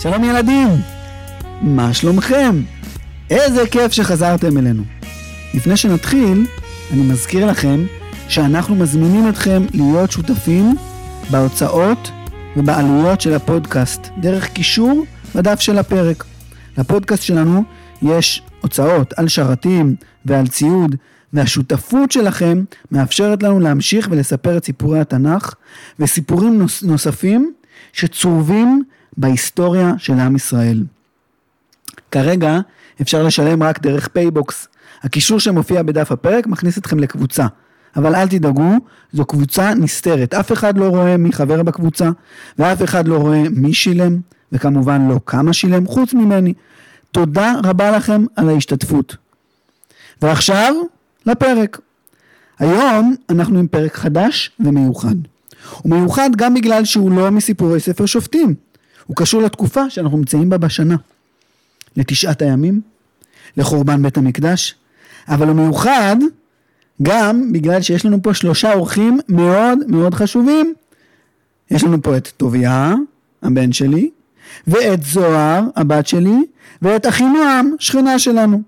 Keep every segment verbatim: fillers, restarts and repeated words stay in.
שלום ילדים, מה שלומכם? איזה כיף שחזרתם אלינו. לפני שנתחיל, אני מזכיר לכם שאנחנו מזמינים אתכם להיות שותפים בהוצאות ובעלויות של הפודקאסט, דרך קישור בדף של הפרק. לפודקאסט שלנו יש הוצאות על שרתים ועל ציוד, והשותפות שלכם מאפשרת לנו להמשיך ולספר את סיפורי התנ"ך, וסיפורים נוס, נוספים שצורבים בהיסטוריה של עם ישראל. כרגע אפשר לשלם רק דרך פייבוקס. הקישור שמופיע בדף הפרק מכניס אתכם לקבוצה. אבל אל תדאגו, זו קבוצה נסתרת. אף אחד לא רואה מי חבר בקבוצה, ואף אחד לא רואה מי שילם, וכמובן לא כמה שילם, חוץ ממני. תודה רבה לכם על ההשתתפות. ועכשיו, לפרק. היום אנחנו עם פרק חדש ומיוחד. הוא מיוחד גם בגלל שהוא לא מסיפורי ספר שופטים. הוא קשור לתקופה שאנחנו נמצאים בה בשנה. לתשעת הימים, לחורבן בית המקדש, אבל הוא מיוחד גם בגלל שיש לנו פה שלושה אורחים מאוד מאוד חשובים. יש לנו פה את טוביה, הבן שלי, ואת זוהר, הבת שלי, ואת אחינועם, שכנה שלנו.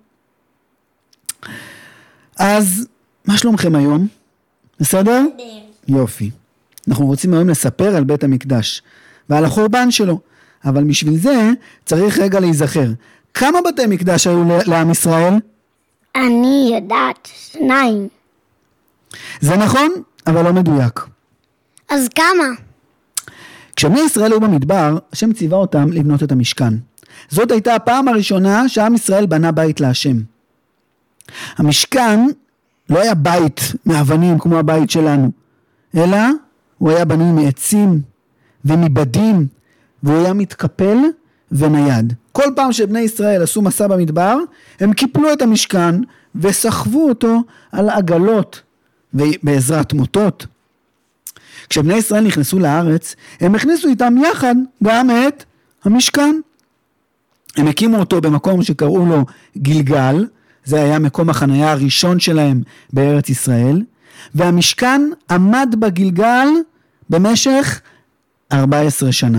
אז מה שלומכם היום? בסדר? יופי. אנחנו רוצים היום לספר על בית המקדש ועל החורבן שלו, אבל בשביל זה צריך רגע להיזכר. כמה בתי מקדש היו לעם ישראל? אני יודעת, שניים. זה נכון, אבל לא מדויק. אז כמה? כשבני ישראל היו במדבר, השם ציווה אותם לבנות את המשכן. זאת הייתה הפעם הראשונה שעם ישראל בנה בית להשם. המשכן לא היה בית מאבנים כמו הבית שלנו, אלא הוא היה בנוי מעצים ומבדים, והוא היה מתקפל ונייד. כל פעם שבני ישראל עשו מסע במדבר, הם קיפלו את המשכן וסחבו אותו על עגלות בעזרת מוטות. כשבני ישראל נכנסו לארץ, הם הכניסו איתם יחד גם את המשכן. הם הקימו אותו במקום שקראו לו גילגל, זה היה מקום החנייה הראשון שלהם בארץ ישראל, והמשכן עמד בגילגל במשך ארבע עשרה שנה.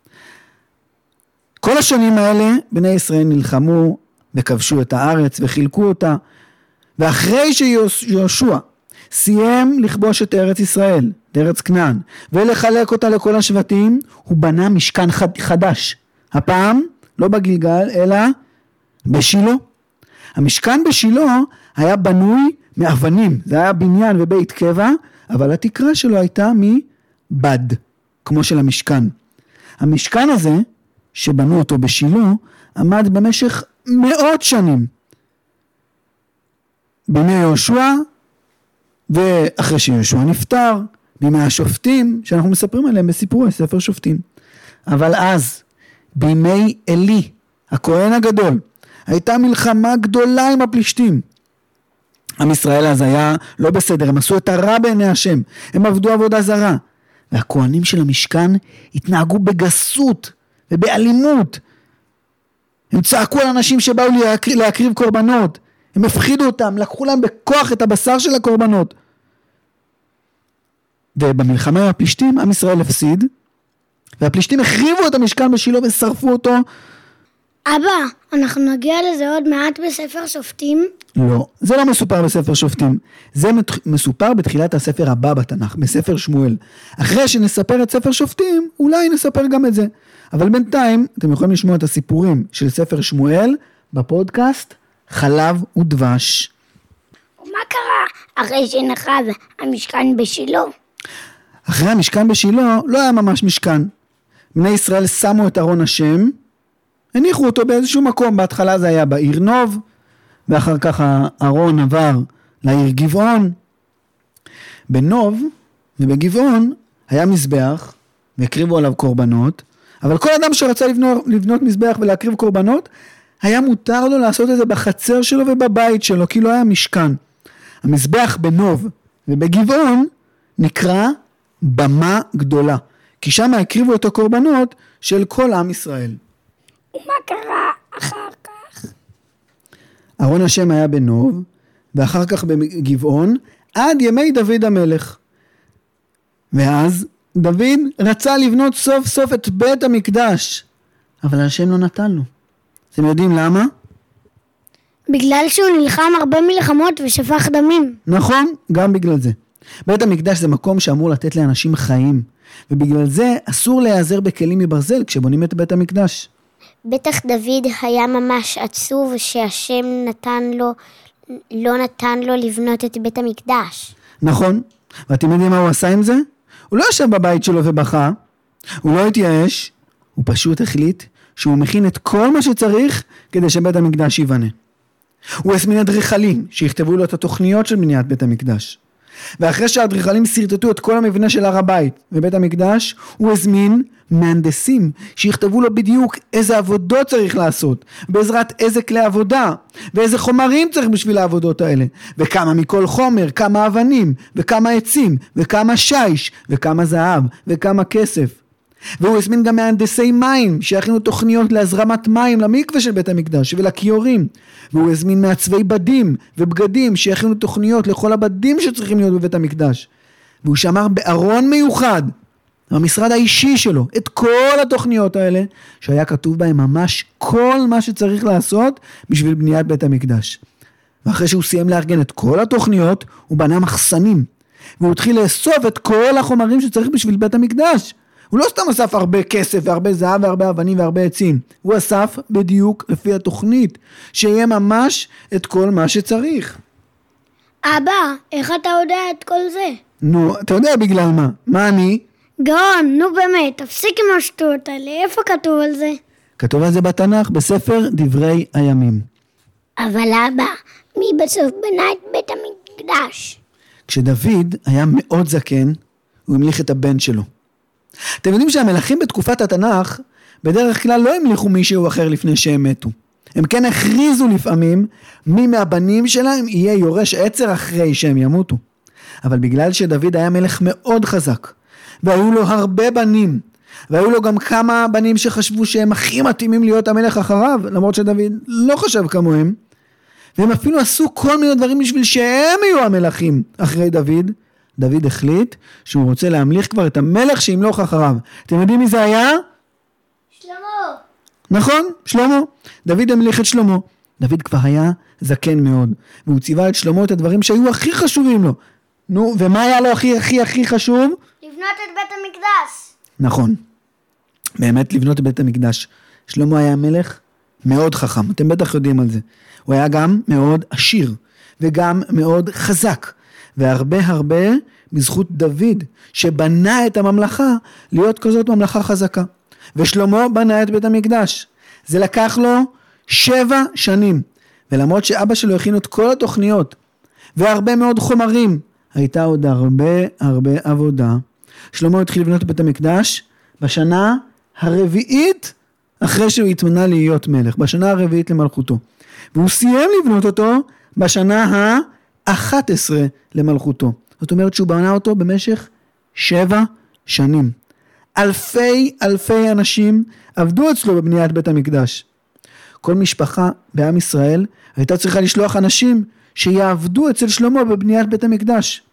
כל השנים האלה בני ישראל נלחמו וכבשו את הארץ וחילקו אותה, ואחרי שיהושע סיים לכבוש את ארץ ישראל, את ארץ כנען, ולחלק אותה לכל השבטים, הוא בנה משכן חדש. הפעם לא בגילגל אלא בשילה. המשכן בשילה היה בנוי מאבנים, זה היה בניין ובית קבע, אבל התקרה שלו הייתה מבד, כמו של המשכן. המשכן הזה, שבנו אותו בשילה, עמד במשך מאות שנים. בימי יהושע, ואחרי שיהושע נפטר, בימי השופטים, שאנחנו מספרים עליהם בסיפורי ספר שופטים. אבל אז, בימי אלי, הכהן הגדול, הייתה מלחמה גדולה עם הפלישתים. עם ישראל אז היה לא בסדר, הם עשו את הרע בעיני השם, הם עבדו עבודה זרה, והכהנים של המשכן התנהגו בגסות ובאלימות. הם צעקו על אנשים שבאו להקריב, להקריב קורבנות, הם הפחידו אותם, לקחו להם בכוח את הבשר של הקורבנות. ובמלחמה עם הפלישתים, עם ישראל הפסיד, והפלישתים החריבו את המשכן בשילה ושרפו אותו. אבא, אנחנו נגיע לזה עוד מעט בספר שופטים? לא, זה לא מסופר בספר שופטים. זה מסופר בתחילת הספר הבא בתנ"ך, בספר שמואל. אחרי שנספר את ספר שופטים, אולי נספר גם את זה. אבל בינתיים, אתם יכולים לשמוע את הסיפורים של ספר שמואל בפודקאסט חלב ודבש. ומה קרה אחרי שנחרב המשכן בשילה? אחרי המשכן בשילה לא היה ממש משכן. בני ישראל שמו את ארון השם, הניחו אותו באיזשהו מקום. בהתחלה זה היה בעיר נוב, ואחר כך הארון עבר לעיר גבעון. בנוב ובגבעון היה מזבח, והקריבו עליו קורבנות, אבל כל אדם שרצה לבנות, לבנות מזבח ולהקריב קורבנות, היה מותר לו לעשות את זה בחצר שלו ובבית שלו, כי לא היה משכן. המזבח בנוב ובגבעון נקרא במה גדולה, כי שם הקריבו את הקורבנות של כל עם ישראל. ומה קרה אחר כך? ארון השם היה בנוב, ואחר כך בגבעון, עד ימי דוד המלך. ואז דוד רצה לבנות סוף סוף את בית המקדש. אבל השם לא נתן לו. אתם יודעים למה? בגלל שהוא נלחם הרבה מלחמות ושפך דמים. נכון, גם בגלל זה. בית המקדש זה מקום שאמור לתת לאנשים חיים, ובגלל זה אסור להיעזר בכלים מברזל כשבונים את בית המקדש. בטח דוד היה ממש עצוב שהשם נתן לו, לא נתן לו לבנות את בית המקדש. נכון, ואתם יודעים מה הוא עשה עם זה? הוא לא ישב בבית שלו ובכה, הוא לא התייאש, הוא פשוט החליט שהוא מכין את כל מה שצריך כדי שבית המקדש ייבנה. הוא הזמין אדריכלים שיכתבו לו את התוכניות של בניית בית המקדש. ואחרי שהאדריכלים סרטטו את כל המבנה של הר הבית ובית המקדש, הוא הזמין מהנדסים שיכתבו לו בדיוק איזה עבודות צריך לעשות, בעזרת איזה כלי עבודה, ואיזה חומרים צריך בשביל העבודות האלה, וכמה מכל חומר, כמה אבנים, וכמה עצים, וכמה שיש, וכמה זהב, וכמה כסף. והוא הזמין גם מהנדסי מים שיכינו תוכניות להזרמת מים למקווה של בית המקדש ולכיורים, והוא הזמין מעצבי בדים ובגדים שיכינו תוכניות לכל הבדים שצריכים להיות בבית המקדש, והוא שמר בארון מיוחד במשרד האישי שלו את כל התוכניות האלה שהיה כתוב בהם ממש כל מה שצריך לעשות בשביל בניית בית המקדש. ואחרי שהוא סיים לארגן את כל התוכניות הוא בנה מחסנים, והוא התחיל לאסוף את כל החומרים שצריך בשביל בית המקדש. הוא לא סתם אסף הרבה כסף והרבה זהב והרבה אבנים והרבה עצים, הוא אסף בדיוק לפי התוכנית, שיהיה ממש את כל מה שצריך. אבא, איך אתה יודע את כל זה? נו, אתה יודע בגלל מה? מה אני? גאון, נו באמת, תפסיק עם השטויות האלה, איפה כתוב על זה? כתוב על זה בתנ"ך, בספר דברי הימים. אבל אבא, מי בסוף בנה את בית המקדש? כשדוד היה מאוד זקן, הוא המליך את הבן שלו. אתם יודעים שהמלכים בתקופת התנ"ך בדרך כלל לא המליכו מישהו אחר לפני שהם מתו. הם כן הכריזו לפעמים מי מהבנים שלהם יהיה יורש עצר אחרי שהם ימותו. אבל בגלל שדוד היה מלך מאוד חזק, והיו לו הרבה בנים, והיו לו גם כמה בנים שחשבו שהם הכי מתאימים להיות המלך אחריו, למרות שדוד לא חשב כמוהם, והם אפילו עשו כל מיני דברים בשביל שהם יהיו המלכים אחרי דוד. דוד החליט שהוא רוצה להמליך כבר את המלך שימלוך אחריו. אתם יודעים מי זה היה? שלמה. נכון, שלמה. דוד המליך את שלמה. דוד כבר היה זקן מאוד, והוא ציווה את שלמה את הדברים שהיו הכי חשובים לו. נו, ומה היה לו הכי הכי הכי חשוב? לבנות את בית המקדש. נכון. באמת לבנות את בית המקדש. שלמה היה מלך מאוד חכם, אתם בטח יודעים על זה. הוא היה גם מאוד עשיר, וגם מאוד חזק. והרבה הרבה בזכות דוד שבנה את הממלכה להיות כזאת ממלכה חזקה. ושלמה בנה את בית המקדש. זה לקח לו שבע שנים. ולמרות שאבא שלו הכין את כל התוכניות והרבה מאוד חומרים, הייתה עוד הרבה הרבה עבודה. שלמה התחיל לבנות את בית המקדש בשנה הרביעית אחרי שהוא התמנה להיות מלך, בשנה הרביעית למלכותו. והוא סיים לבנות אותו בשנה ה... אחת עשרה למלכותו. זאת אומרת שהוא בנה אותו במשך שבע שנים. אלפי אלפי אנשים עבדו אצלו בבניית בית המקדש. כל משפחה בעם ישראל הייתה צריכה לשלוח אנשים שיעבדו אצל שלמה בבניית בית המקדש.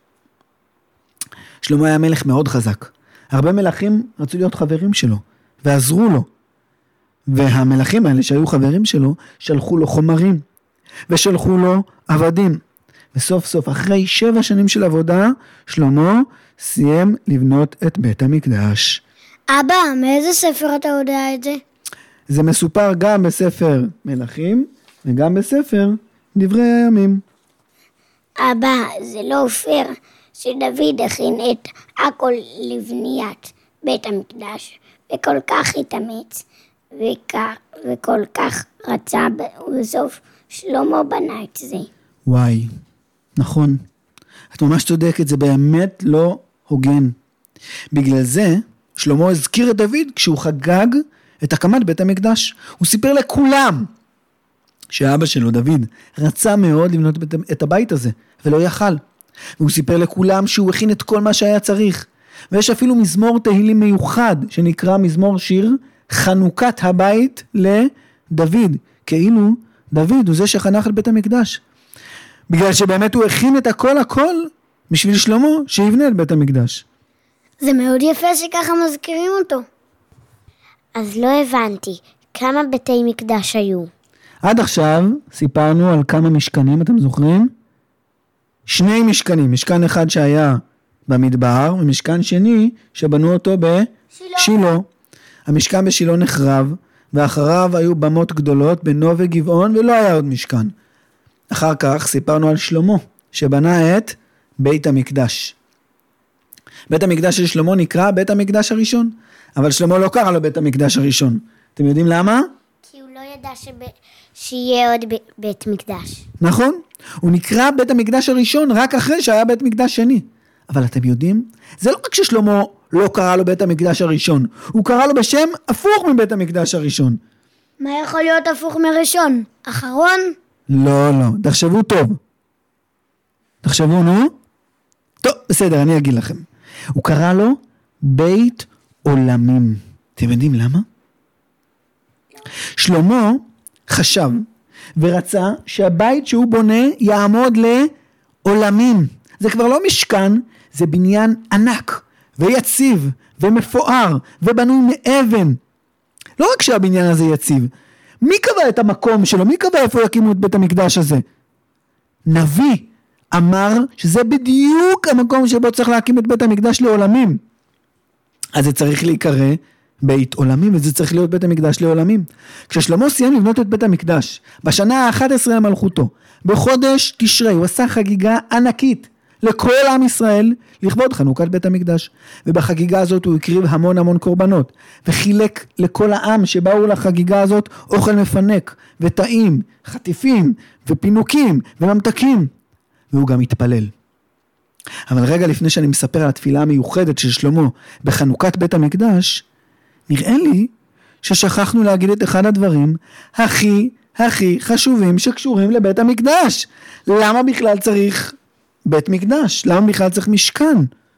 שלמה היה מלך מאוד חזק. הרבה מלכים רצו להיות חברים שלו ועזרו לו. והמלכים האלה שהיו חברים שלו שלחו לו חומרים ושלחו לו עבדים. וסוף סוף אחרי שבע שנים של עבודה, שלמה סיים לבנות את בית המקדש. אבא, מאיזה ספר אתה יודע את זה? זה מסופר גם בספר מלכים וגם בספר דברי הימים. אבא, זה לא פייר שדוד הכין את הכל לבניית בית המקדש, וכל כך התאמץ, וכך, וכל כך רצה, ובסוף שלמה בנה את זה. וואי, נכון. את ממש צודקת, זה באמת לא הוגן. בגלל זה, שלמה הזכיר את דוד כשהוא חגג את הקמת בית המקדש. הוא סיפר לכולם שאבא שלו, דוד, רצה מאוד לבנות את הבית הזה, ולא יכל. והוא סיפר לכולם שהוא הכין את כל מה שהיה צריך. ויש אפילו מזמור תהילים מיוחד, שנקרא מזמור שיר חנוכת הבית לדוד. כאילו דוד הוא זה שחנך את בית המקדש. בגלל שבאמת הוא הכין את הכל הכל בשביל שלמה שיבנה את בית המקדש. זה מאוד יפה שככה מזכירים אותו. אז לא הבנתי, כמה בתי מקדש היו? עד עכשיו סיפרנו על כמה משכנים, אתם זוכרים? שני משכנים, משכן אחד שהיה במדבר, ומשכן שני שבנו אותו בשילה. המשכן בשילה נחרב, ואחריו היו במות גדולות בנו וגבעון, ולא היה עוד משכן. אחר כך סיפרנו על שלמה, שבנה את בית המקדש. בית המקדש של שלמה נקרא בית המקדש הראשון, אבל שלמה לא קרא לו בית המקדש הראשון. אתם יודעים למה? כי הוא לא ידע שב... שיהיה עוד ב... בית מקדש. נכון, הוא נקרא בית המקדש הראשון רק אחרי שהיה בית מקדש שני. אבל אתם יודעים, זה לא רק ששלמה לא קרא לו בית המקדש הראשון, הוא קרא לו בשם הפוך מבית המקדש הראשון. מה יכול להיות הפוך מראשון? אחרון? לא, לא, תחשבו טוב. תחשבו, נו? טוב, בסדר, אני אגיד לכם. הוא קרא לו בית עולמים. אתם יודעים למה? שלמה חשב ורצה שהבית שהוא בונה יעמוד לעולמים. זה כבר לא משכן, זה בניין ענק ויציב ומפואר ובנוי מאבן. לא רק שהבניין הזה יציב, מי קבע את המקום שלו? מי קבע איפה יקימו את בית המקדש הזה? נביא אמר שזה בדיוק המקום שבו צריך להקים את בית המקדש לעולמים. אז זה צריך להיקרא בית עולמים, וזה צריך להיות בית המקדש לעולמים. כששלמה סיים לבנות את בית המקדש, בשנה ה-אחת עשרה למלכותו, בחודש תשרי, הוא עשה חגיגה ענקית לכל עם ישראל, לכבוד חנוכת בית המקדש. ובחגיגה הזאת הוא הקריב המון המון קורבנות, וחילק לכל העם שבאו לחגיגה הזאת אוכל מפנק, וטעים, חטיפים, ופינוקים, וממתקים. והוא גם התפלל. אבל רגע לפני שאני מספר על התפילה המיוחדת של שלמה בחנוכת בית המקדש, נראה לי ששכחנו להגיד את אחד הדברים הכי הכי חשובים שקשורים לבית המקדש. למה בכלל צריך בית מקדש? למה בכלל צריך משכן?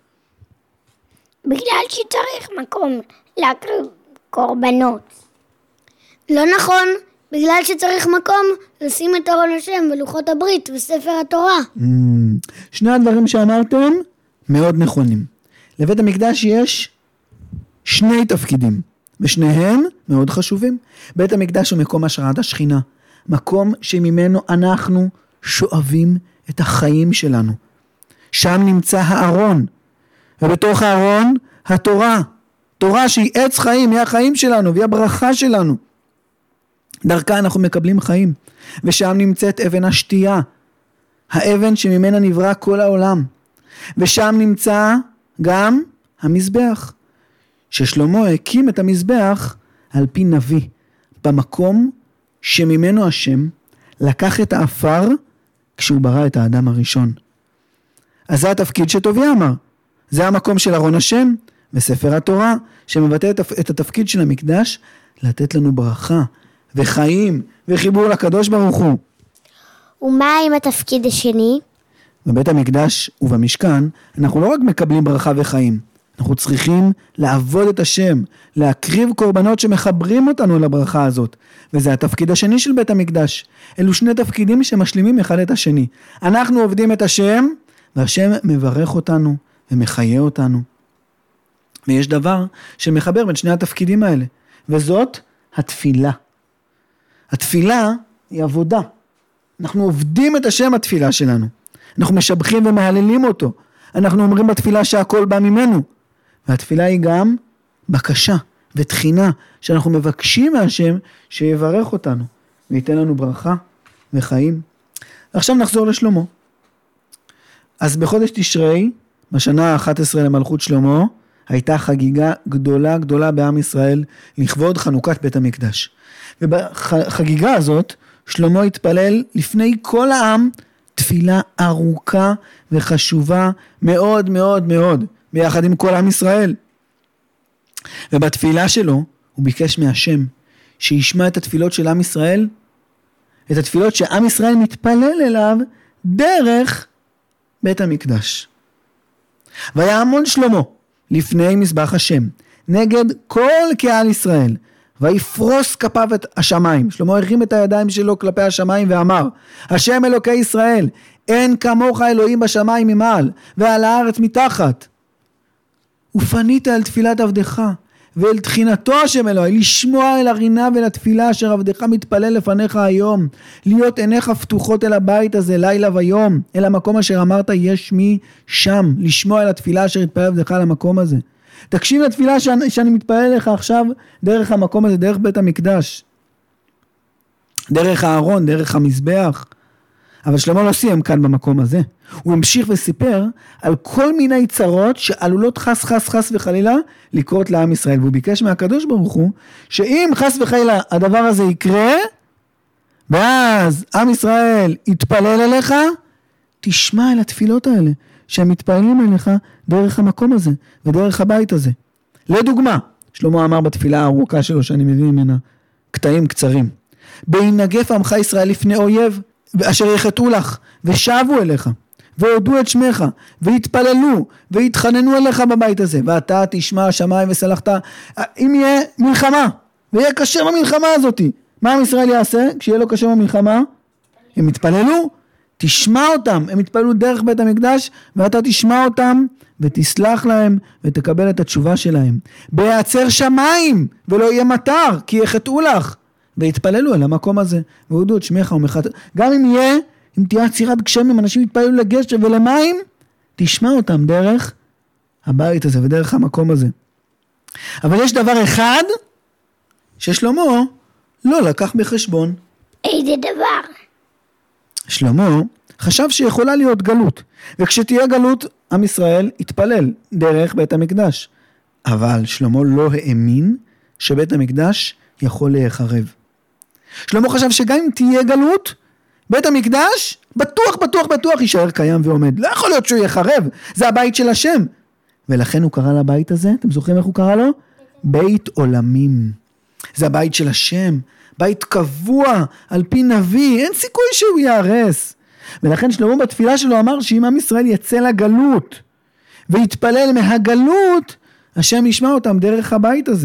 בגלל שצריך מקום להקריב קורבנות. לא נכון, בגלל שצריך מקום לשים את ארון השם ולוחות הברית וספר התורה. Mm, שני הדברים שאמרתם מאוד נכונים. לבית המקדש יש שני תפקידים, ושניהם מאוד חשובים. בית המקדש הוא מקום השראת השכינה, מקום שממנו אנחנו שואבים את החיים שלנו. שם נמצא הארון, ובתוך הארון התורה, תורה שהיא עץ חיים, היא החיים שלנו והיא הברכה שלנו. דרכה אנחנו מקבלים חיים, ושם נמצאת אבן השתייה, האבן שממנה נברא כל העולם, ושם נמצא גם המזבח, ששלמה הקים את המזבח על פי נביא, במקום שממנו השם לקח את האפר כשהוא ברא את האדם הראשון. אז זה התפקיד שטוביה אמר, זה המקום של ארון השם וספר התורה, שמבטא את התפקיד של המקדש, לתת לנו ברכה וחיים וחיבור לקדוש ברוך הוא. ומה עם התפקיד השני? בבית המקדש ובמשכן אנחנו לא רק מקבלים ברכה וחיים, אנחנו צריכים לעבוד את השם, להקריב קורבנות שמחברים אותנו לברכה הזאת, וזה התפקיד השני של בית המקדש. אלו שני תפקידים שמשלימים אחד את השני. אנחנו עובדים את השם, והשם מברך אותנו ומחיה אותנו. ויש דבר שמחבר בין שני התפקידים האלה, וזאת התפילה. התפילה היא עבודה. אנחנו עובדים את השם התפילה שלנו. אנחנו משבחים ומהללים אותו. אנחנו אומרים בתפילה שהכל בא ממנו. והתפילה היא גם בקשה ותחינה שאנחנו מבקשים מהשם שיברך אותנו וייתן לנו ברכה וחיים. עכשיו נחזור לשלמה. אז בחודש תשרי, בשנה ה-אחת עשרה למלכות שלמה, הייתה חגיגה גדולה גדולה בעם ישראל לכבוד חנוכת בית המקדש. ובחגיגה הזאת שלמה התפלל לפני כל העם תפילה ארוכה וחשובה מאוד מאוד מאוד, ביחד עם כל עם ישראל. ובתפילה שלו הוא ביקש מהשם שישמע את התפילות של עם ישראל, את התפילות שעם ישראל מתפלל אליו דרך בית המקדש. ויעמוד שלמה לפני מזבח השם נגד כל קהל ישראל, ויפרוס כפיו את השמיים. שלמה הרים את הידיים שלו כלפי השמיים ואמר, השם אלוקי ישראל, אין כמוך אלוהים בשמיים ממעל ועל הארץ מתחת. ופנית אל תפילת עבדך ואל תחינתו השם אלוהי, לשמוע אל הרינה ואל התפילה אשר עבדך מתפלל לפניך היום, להיות עיניך פתוחות אל הבית הזה לילה ויום, אל המקום אשר אמרת יש מי שם, לשמוע אל התפילה אשר התפלל עבדך על המקום הזה. תקשיב לתפילה שאני, שאני מתפלל לך עכשיו דרך המקום הזה, דרך בית המקדש, דרך הארון, דרך המזבח. אבל שלמה לא סיים כאן במקום הזה. הוא המשיך וסיפר על כל מיני צרות שעלולות חס חס חס וחלילה לקרות לעם ישראל. והוא ביקש מהקדוש ברוך הוא שאם חס וחלילה הדבר הזה יקרה, ואז עם ישראל יתפלל אליך, תשמע אל התפילות האלה שהם מתפללים אליך דרך המקום הזה ודרך הבית הזה. לדוגמה, שלמה אמר בתפילה הארוכה שלו שאני מביא ממנה קטעים קצרים. בהנגף עמך ישראל לפני אויב, ואשר יחטאו לך, ושבו אליך, והודו את שמך, והתפללו, והתחננו אליך בבית הזה, ואתה תשמע השמיים וסלחת, אם יהיה מלחמה, ויהיה קשה במלחמה הזאת, מה עם ישראל יעשה כשיהיה לו קשה במלחמה? הם יתפללו, תשמע אותם, הם יתפללו דרך בית המקדש, ואתה תשמע אותם, ותסלח להם, ותקבל את התשובה שלהם. בהיעצר שמיים, ולא יהיה מטר, כי יחטאו לך, והתפללו אל המקום הזה, והודו את שמך ומחת... גם אם יהיה, אם תהיה עצירת גשמים, אנשים יתפללו לגשם ולמים, תשמע אותם דרך הבית הזה ודרך המקום הזה. אבל יש דבר אחד ששלמה לא לקח בחשבון. איזה דבר? שלמה חשב שיכולה להיות גלות, וכשתהיה גלות, עם ישראל יתפלל דרך בית המקדש. אבל שלמה לא האמין שבית המקדש יכול להיחרב. שלמה חשב שגם אם תהיה גלות, בית המקדש בטוח בטוח בטוח יישאר קיים ועומד. לא יכול להיות שהוא יחרב, זה הבית של השם. ולכן הוא קרא לבית הזה, אתם זוכרים איך הוא קרא לו? בית עולמים. זה הבית של השם, בית קבוע על פי נביא, אין סיכוי שהוא יהרס. ולכן שלמה בתפילה שלו אמר שאם עם ישראל יצא לגלות ויתפלל מהגלות, השם ישמע אותם דרך הבית הזה.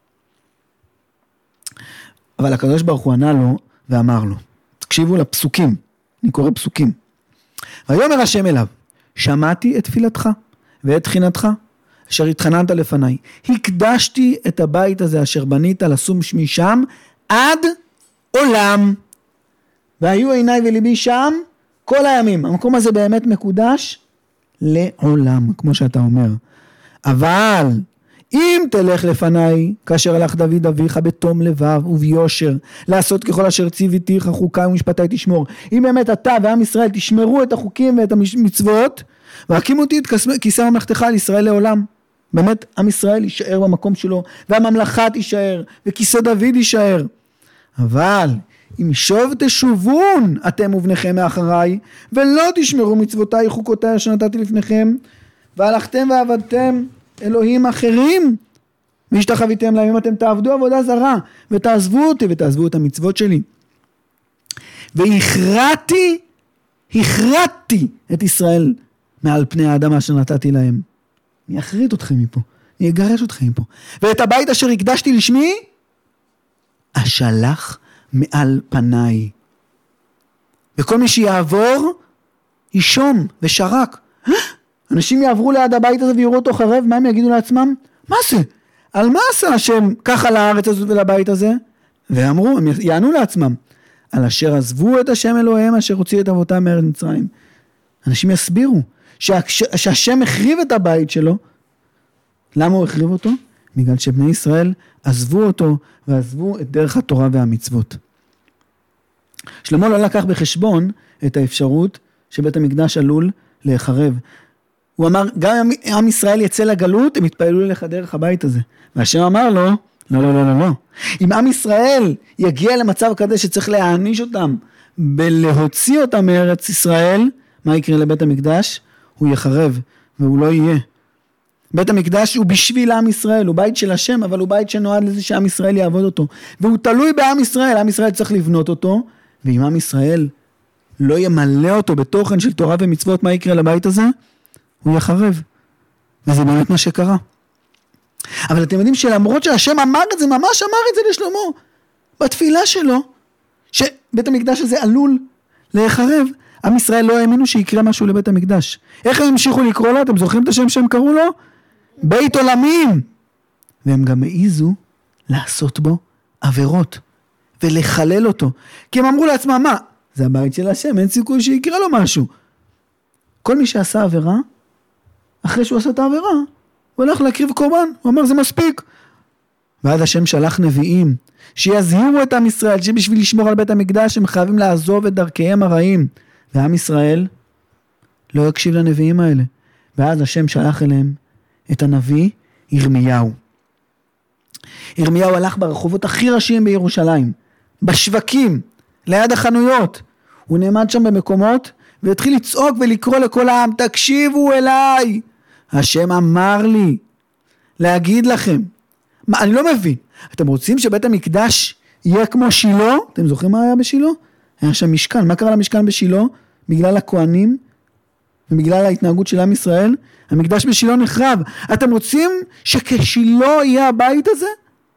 אבל הקדוש ברוך הוא ענה לו ואמר לו, תקשיבו לפסוקים, אני קורא פסוקים. ויאמר השם אליו, שמעתי את תפילתך ואת תחינתך, אשר התחננת לפניי. הקדשתי את הבית הזה אשר בנית לשום שמי שם, עד עולם. והיו עיניי וליבי שם כל הימים. המקום הזה באמת מקודש לעולם, כמו שאתה אומר. אבל אם תלך לפניי, כאשר הלך דוד אביך בתום לבב וביושר, לעשות ככל אשר ציוויתיך חוקי ומשפטי תשמור. אם באמת אתה ועם ישראל תשמרו את החוקים ואת המצוות, והקימו אותי את כיסא ממלכתך על ישראל לעולם. באמת עם ישראל יישאר במקום שלו, והממלכה תישאר, וכיסא דוד יישאר. אבל אם שוב תשובון אתם ובניכם מאחריי, ולא תשמרו מצוותיי חוקותיי אשר נתתי לפניכם, והלכתם ועבדתם אלוהים אחרים, והשתחוויתם להם, אם אתם תעבדו עבודה זרה, ותעזבו אותי, ותעזבו את המצוות שלי. והכרעתי, הכרעתי את ישראל מעל פני האדמה אשר נתתי להם. אני אחריט אתכם מפה, אני אגרש אתכם מפה. ואת הבית אשר הקדשתי לשמי, אשלח מעל פניי. וכל מי שיעבור, ישום ושרק. אנשים יעברו ליד הבית הזה ויראו אותו חרב, מה הם יגידו לעצמם? מה זה? על מה עשה השם ככה לארץ הזאת ולבית הזה? ואמרו, הם יענו לעצמם, על אשר עזבו את השם אלוהיהם אשר הוציא את אבותם מארץ מצרים. אנשים יסבירו שה, שהשם החריב את הבית שלו. למה הוא החריב אותו? בגלל שבני ישראל עזבו אותו ועזבו את דרך התורה והמצוות. שלמה לא לקח בחשבון את האפשרות שבית המקדש עלול להיחרב. הוא אמר, גם אם עם ישראל יצא לגלות, הם יתפעלו לך דרך הבית הזה. והשם אמר לו, לא, לא, לא, לא, לא. אם עם ישראל יגיע למצב כזה שצריך להעניש אותם, בלהוציא אותם מארץ ישראל, מה יקרה לבית המקדש? הוא יחרב, והוא לא יהיה. בית המקדש הוא בשביל עם ישראל, הוא בית של השם, אבל הוא בית שנועד לזה שעם ישראל יעבוד אותו. והוא תלוי בעם ישראל, עם ישראל צריך לבנות אותו, ואם עם ישראל לא ימלא אותו בתוכן של תורה ומצוות, מה יקרה לבית הזה? הוא יחרב. וזה באמת מה שקרה. אבל אתם יודעים שלמרות שהשם אמר את זה, ממש אמר את זה לשלמה, בתפילה שלו, שבית המקדש הזה עלול להיחרב, עם ישראל לא האמינו שיקרה משהו לבית המקדש. איך הם המשיכו לקרוא לו? אתם זוכרים את השם שהם קראו לו? בית עולמים. והם גם העיזו לעשות בו עבירות, ולחלל אותו, כי הם אמרו לעצמם, מה? זה הבית של השם, אין סיכוי שיקרה לו משהו. כל מי שעשה עבירה, אחרי שהוא עשה את העבירה, הוא הולך להקריב קורבן, הוא אמר זה מספיק. ואז השם שלח נביאים, שיזהירו את עם ישראל, שבשביל לשמור על בית המקדש, הם חייבים לעזוב את דרכיהם הרעים. ועם ישראל לא יקשיב לנביאים האלה. ואז השם שלח אליהם את הנביא ירמיהו. ירמיהו הלך ברחובות הכי ראשיים בירושלים, בשווקים, ליד החנויות. הוא נעמד שם במקומות, והתחיל לצעוק ולקרוא לכל העם, תקשיבו אליי. השם אמר לי, להגיד לכם. מה, אני לא מבין. אתם רוצים שבית המקדש יהיה כמו שילה? אתם זוכרים מה היה בשילה? היה שם משכן. מה קרה למשכן בשילה? בגלל הכהנים, ובגלל ההתנהגות של עם ישראל, המקדש בשילה נחרב. אתם רוצים שכשילה יהיה הבית הזה?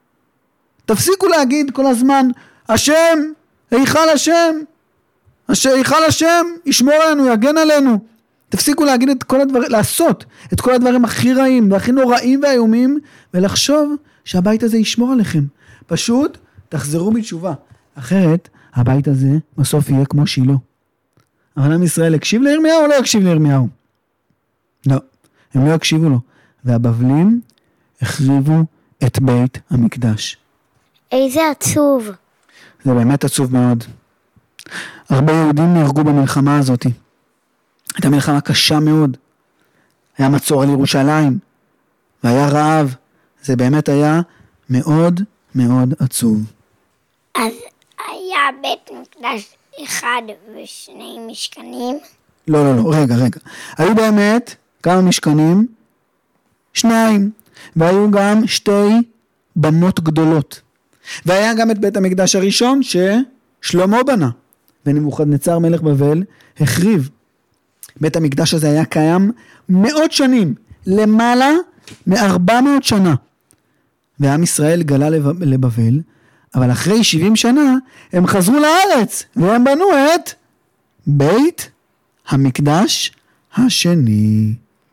תפסיקו להגיד כל הזמן, השם, היכל השם, היכל השם, ישמור עלינו, יגן עלינו. תפסיקו להגיד את כל הדברים, לעשות את כל הדברים הכי רעים והכי נוראים והאיומים, ולחשוב שהבית הזה ישמור עליכם. פשוט תחזרו בתשובה. אחרת, הבית הזה בסוף יהיה כמו שילה. אבל עם ישראל הקשיב לירמיהו או לא הקשיב לירמיהו? לא, הם לא הקשיבו לו. והבבלים החריבו את בית המקדש. איזה עצוב. זה באמת עצוב מאוד. הרבה יהודים נהרגו במלחמה הזאת. הייתה מלחמה קשה מאוד. היה מצור על ירושלים, והיה רעב. זה באמת היה מאוד מאוד עצוב. אז היה בית מקדש אחד ושני משכנים? לא, לא, לא, רגע, רגע. היו באמת כמה משכנים, שניים, והיו גם שתי במות גדולות. והיה גם את בית המקדש הראשון ששלמה בנה, ונבוכדנצר מלך בבל החריב. בית המקדש הזה היה קיים מאות שנים, למעלה מארבע מאות שנה. ועם ישראל גלה לבבל, אבל אחרי שבעים שנה הם חזרו לארץ, והם בנו את בית המקדש השני.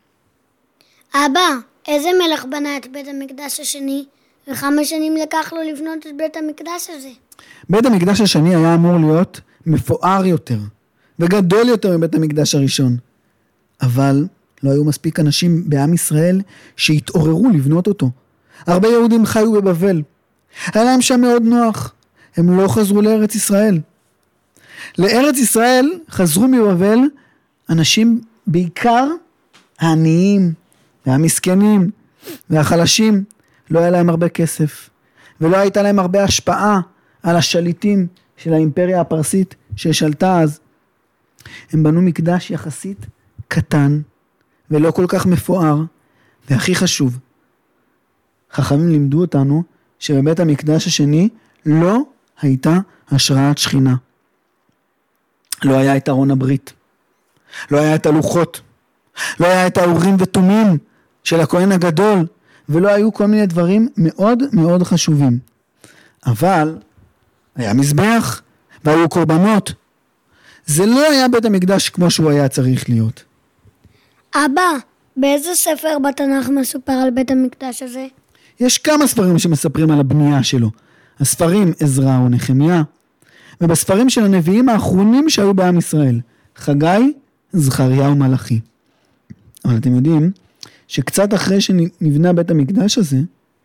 אבא, איזה מלך בנה את בית המקדש השני? וכמה שנים לקח לו לבנות את בית המקדש הזה? בית המקדש השני היה אמור להיות מפואר יותר, וגדול יותר מבית המקדש הראשון. אבל לא היו מספיק אנשים בעם ישראל שהתעוררו לבנות אותו. הרבה יהודים חיו בבבל. היה להם שם מאוד נוח. הם לא חזרו לארץ ישראל. לארץ ישראל חזרו מבבל אנשים בעיקר העניים והמסכנים והחלשים. לא היה להם הרבה כסף. ולא הייתה להם הרבה השפעה על השליטים של האימפריה הפרסית ששלטה אז. הם בנו מקדש יחסית קטן ולא כל כך מפואר. והכי חשוב, חכמים לימדו אותנו שבבית המקדש השני לא הייתה השראת שכינה. לא היה את ארון הברית. לא היה את הלוחות. לא היה את האורים ותומים של הכהן הגדול. ולא היו כל מיני דברים מאוד מאוד חשובים. אבל היה מזבח והיו קורבנות. זה לא היה בית המקדש כמו שהוא היה צריך להיות. אבא, באיזה ספר בתנ"ך מסופר על בית המקדש הזה? יש כמה ספרים שמספרים על הבנייה שלו. הספרים עזרא ונחמיה, ובספרים של הנביאים האחרונים שהיו בעם ישראל, חגי, זכריה ומלאכי. אבל אתם יודעים שקצת אחרי שנבנה בית המקדש הזה,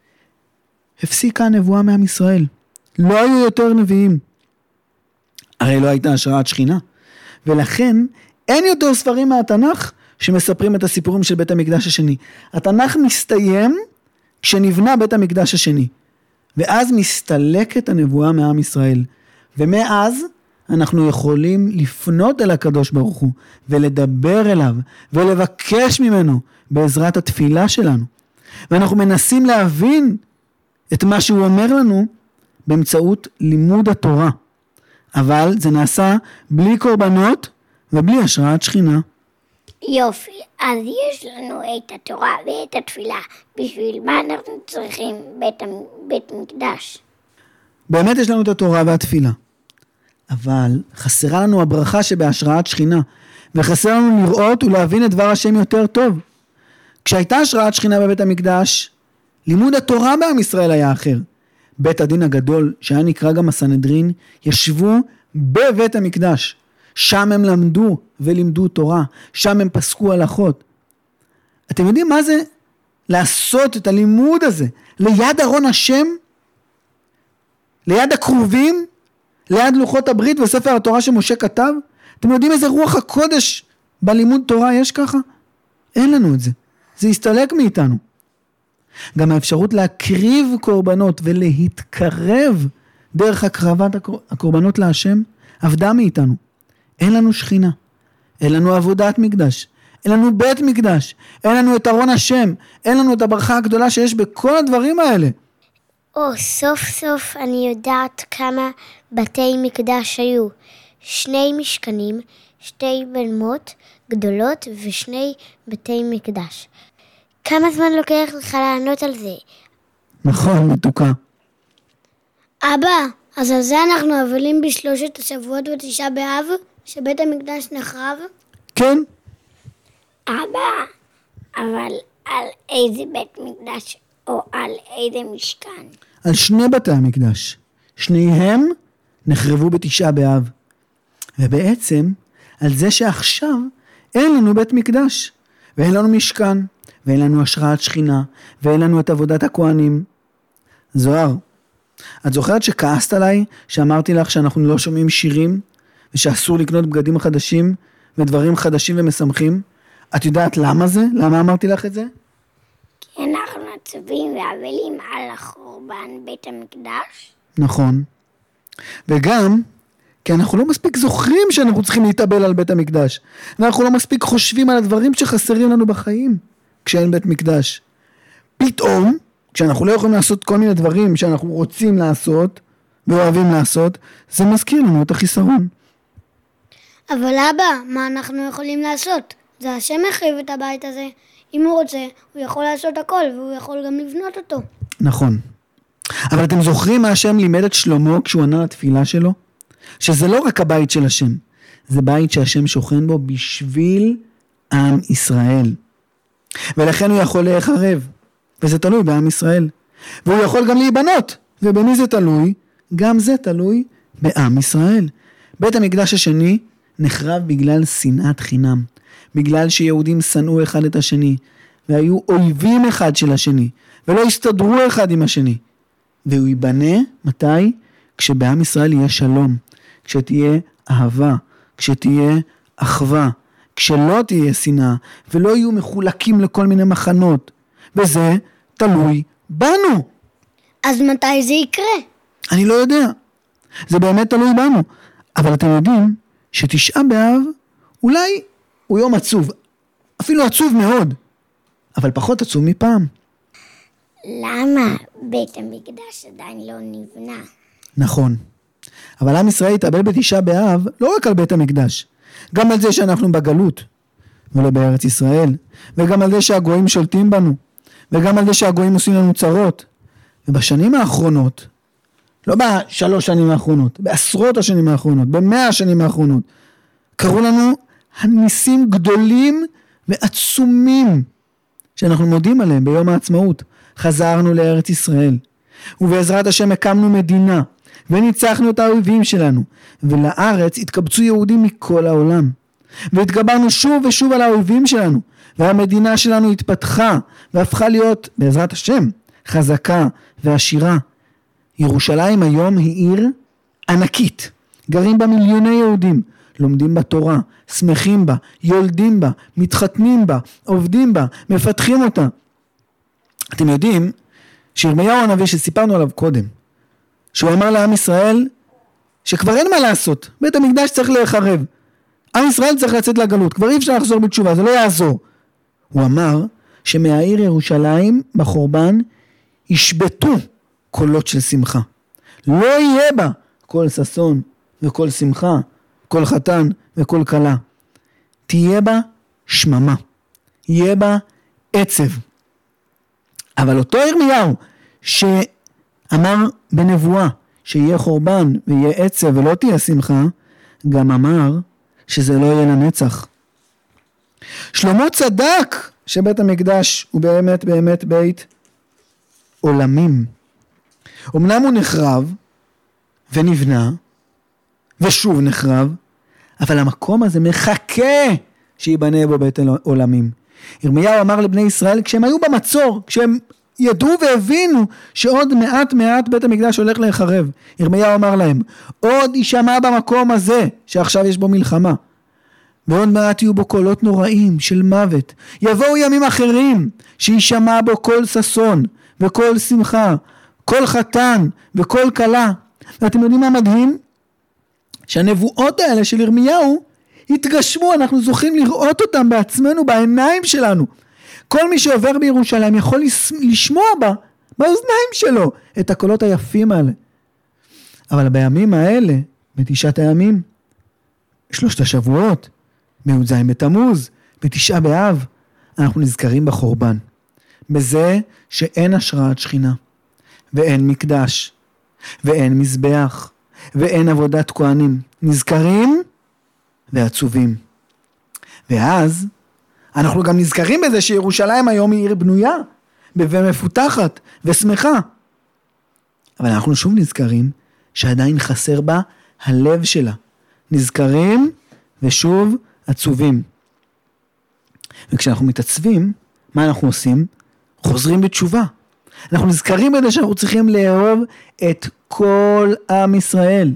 הפסיקה הנבואה מעם ישראל. לא היו יותר נביאים. הרי לא הייתה השראת שכינה. ולכן אין יותר ספרים מהתנ"ך שמספרים את הסיפורים של בית המקדש השני. התנ"ך מסתיים כשנבנה בית המקדש השני. ואז מסתלקת הנבואה מעם ישראל. ומאז אנחנו יכולים לפנות אל הקדוש ברוך הוא, ולדבר אליו, ולבקש ממנו בעזרת התפילה שלנו. ואנחנו מנסים להבין את מה שהוא אומר לנו באמצעות לימוד התורה. אבל זה נעשה בלי קורבנות ובלי השראת שכינה. יופי, אז יש לנו את התורה ואת התפילה. בשביל מה אנחנו צריכים בית, בית מקדש? באמת יש לנו את התורה והתפילה. אבל חסרה לנו הברכה שבהשראת שכינה. וחסר לנו לראות ולהבין את דבר השם יותר טוב. כשהייתה השראת שכינה בבית המקדש, לימוד התורה בעם ישראל היה אחר. בית הדין הגדול, שהיה נקרא גם הסנהדרין, ישבו בבית המקדש. שם הם למדו ולימדו תורה, שם הם פסקו הלכות. אתם יודעים מה זה לעשות את הלימוד הזה ליד ארון השם, ליד הקרובים, ליד לוחות הברית וספר התורה שמשה כתב? אתם יודעים איזה רוח הקודש בלימוד תורה יש ככה? אין לנו את זה, זה הסתלק מאיתנו. גם האפשרות להקריב קורבנות ולהתקרב דרך הקרבת הקורבנות להשם עבדה מאיתנו. אין לנו שכינה, אין לנו עבודת מקדש, אין לנו בית מקדש, אין לנו את ארון השם, אין לנו את הברכה הגדולה שיש בכל הדברים האלה. או, סוף סוף אני יודעת כמה בתי מקדש היו. שני משכנים, שתי בלמות גדולות ושני בתי מקדש. כמה זמן לוקח לך לענות על זה? נכון, מתוקה. אבא, אז על זה אנחנו אבלים בשלושת השבועות ותשעה באב, שבית המקדש נחרב? כן. אבא, אבל על איזה בית מקדש או על איזה משכן? על שני בתי המקדש. שניהם נחרבו בתשעה באב. ובעצם על זה שעכשיו אין לנו בית מקדש, ואין לנו משכן, ואין לנו השראת שכינה, ואין לנו את עבודת הכהנים. זוהר, את זוכרת שכעסת עליי, שאמרתי לך שאנחנו לא שומעים שירים, ושאסור לקנות בגדים חדשים, ודברים חדשים ומשמחים? את יודעת למה זה? למה אמרתי לך את זה? כי אנחנו עצובים ואבלים על החורבן בית המקדש. נכון. וגם, כי אנחנו לא מספיק זוכרים שאנחנו צריכים להתאבל על בית המקדש. ואנחנו לא מספיק חושבים על הדברים שחסרים לנו בחיים, כשאין בית מקדש. פתאום, כשאנחנו לא יכולים לעשות כל מיני דברים שאנחנו רוצים לעשות, ואוהבים לעשות, זה מזכיר לנו את החיסרון. אבל אבא, מה אנחנו יכולים לעשות? זה השם החריב את הבית הזה. אם הוא רוצה, הוא יכול לעשות הכל, והוא יכול גם לבנות אותו. נכון. אבל אתם זוכרים מה השם לימד את שלמה כשהוא ענה לתפילה שלו? שזה לא רק הבית של השם, זה בית שהשם שוכן בו בשביל עם ישראל. ולכן הוא יכול להיחרב, וזה תלוי בעם ישראל. והוא יכול גם להיבנות, ובמי זה תלוי? גם זה תלוי בעם ישראל. בית המקדש השני נחרב בגלל שנאת חינם, בגלל שיהודים שנאו אחד את השני, והיו אויבים אחד של השני, ולא הסתדרו אחד עם השני. והוא ייבנה, מתי? כשבעם ישראל יהיה שלום, כשתהיה אהבה, כשתהיה אחווה, כשלא תהיה שנאה, ולא יהיו מחולקים לכל מיני מחנות, וזה תלוי בנו. אז מתי זה יקרה? אני לא יודע, זה באמת תלוי בנו, אבל אתם יודעים שתשעה באב אולי הוא יום עצוב, אפילו עצוב מאוד, אבל פחות עצוב מפעם. למה בית המקדש עדיין לא נבנה? נכון, אבל עם ישראל יתאבל בתשעה באב לא רק על בית המקדש, גם על זה שאנחנו בגלות ולא בארץ ישראל, וגם על זה שהגויים שולטים בנו, וגם על זה שהגויים עושים לנו צרות. ובשנים האחרונות, לא בשלוש שנים האחרונות, בעשרות השנים האחרונות, במאה השנים האחרונות, קראו לנו הניסים גדולים ועצומים שאנחנו מודים עליהם ביום העצמאות. חזרנו לארץ ישראל, ובעזרת השם הקמנו מדינה, וניצחנו את האויבים שלנו, ולארץ התקבצו יהודים מכל העולם, והתגברנו שוב ושוב על האויבים שלנו, והמדינה שלנו התפתחה, והפכה להיות, בעזרת השם, חזקה ועשירה. ירושלים היום היא עיר ענקית, גרים בה מיליוני יהודים, לומדים בתורה, שמחים בה, יולדים בה, מתחתנים בה, עובדים בה, מפתחים אותה. אתם יודעים שירמיהו הנביא שסיפרנו עליו קודם, שהוא אמר לעם ישראל שכבר אין מה לעשות, בית המקדש צריך להיחרב, עם ישראל צריך לצאת לגלות, כבר אי אפשר לחזור בתשובה, זה לא יעזור. הוא אמר שמהעיר ירושלים בחורבן ישבתו קולות של שמחה, לא יהיה בה כל ששון וכל שמחה, כל חתן וכל כלה, תהיה בה שממה, יהיה בה עצב. אבל אותו ירמיהו שאמר בנבואה שיהיה חורבן ויהיה עצב ולא תהיה שמחה, גם אמר שזה לא יהיה לנצח. שלמה צדק שבית המקדש הוא באמת באמת בית עולמים. אמנם הוא נחרב ונבנה ושוב נחרב, אבל המקום הזה מחכה שיבנה בו בית עולמים. ירמיהו אמר לבני ישראל כשהם היו במצור, כשהם ידעו והבינו שעוד מעט מעט בית המקדש הולך להיחרב, ירמיהו אמר להם, עוד יישמע במקום הזה שעכשיו יש בו מלחמה, ועוד מעט יהיו בו קולות נוראים של מוות, יבואו ימים אחרים שישמע בו כל ששון וכל שמחה, כל חתן וכל כלה. ואתם יודעים מה מדהים? שהנבואות האלה של ירמיהו התגשמו, אנחנו זוכים לראות אותם בעצמנו, בעיניים שלנו. כל מי שעובר בירושלים יכול לשמוע בה, באוזניים שלו, את הקולות היפים האלה. אבל בימים האלה, בתשעת הימים, שלושת השבועות, בי"ז בתמוז, בתשעה באב, אנחנו נזכרים בחורבן. בזה שאין השראת שכינה, ואין מקדש, ואין מזבח, ואין עבודת כהנים. נזכרים ועצובים. ואז אנחנו גם נזכרים בזה שירושלים היום היא עיר בנויה, ומפותחת ושמחה. אבל אנחנו שוב נזכרים שעדיין חסר בה הלב שלה. נזכרים ושוב עצובים. וכשאנחנו מתעצבים, מה אנחנו עושים? חוזרים בתשובה. אנחנו נזכרים בזה שאנחנו צריכים לאהוב את כל עם ישראל.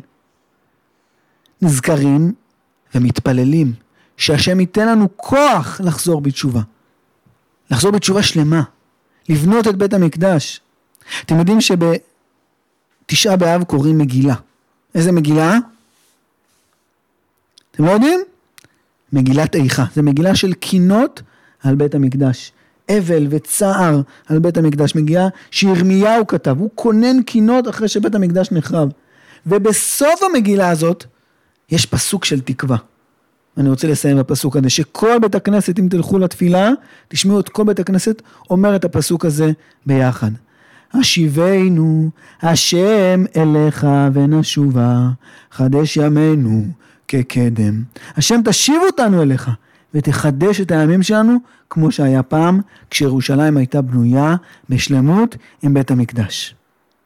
נזכרים ומתפללים שהשם ייתן לנו כוח לחזור בתשובה. לחזור בתשובה שלמה. לבנות את בית המקדש. אתם יודעים שבתשעה באב קוראים מגילה. איזה מגילה? אתם לא יודעים? מגילת איכה. זה מגילה של קינות על בית המקדש. אבל וצער על בית המקדש. מגילה שירמיהו כתב. הוא כונן קינות אחרי שבית המקדש נחרב. ובסוף המגילה הזאת יש פסוק של תקווה. אני רוצה לסיים בפסוק הזה, שכל בית הכנסת, אם תלכו לתפילה, תשמעו את כל בית הכנסת, אומר את הפסוק הזה ביחד. השיבנו השם אליך ונשובה, חדש ימינו כקדם. השם תשיב אותנו אליך, ותחדש את הימים שלנו, כמו שהיה פעם, כשירושלים הייתה בנויה בשלמות עם בית המקדש.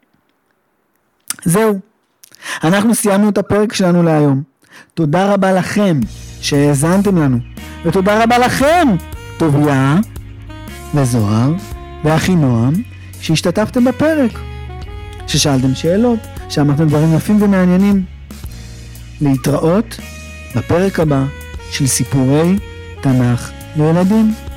זהו. אנחנו סיימנו את הפרק שלנו להיום. תודה רבה לכם שהאזנתם לנו, ותודה רבה לכם, טוביה וזוהר ואחינועם, שהשתתפתם בפרק, ששאלתם שאלות, שאמרתם דברים יפים ומעניינים. להתראות בפרק הבא של סיפורי תנ"ך לילדים.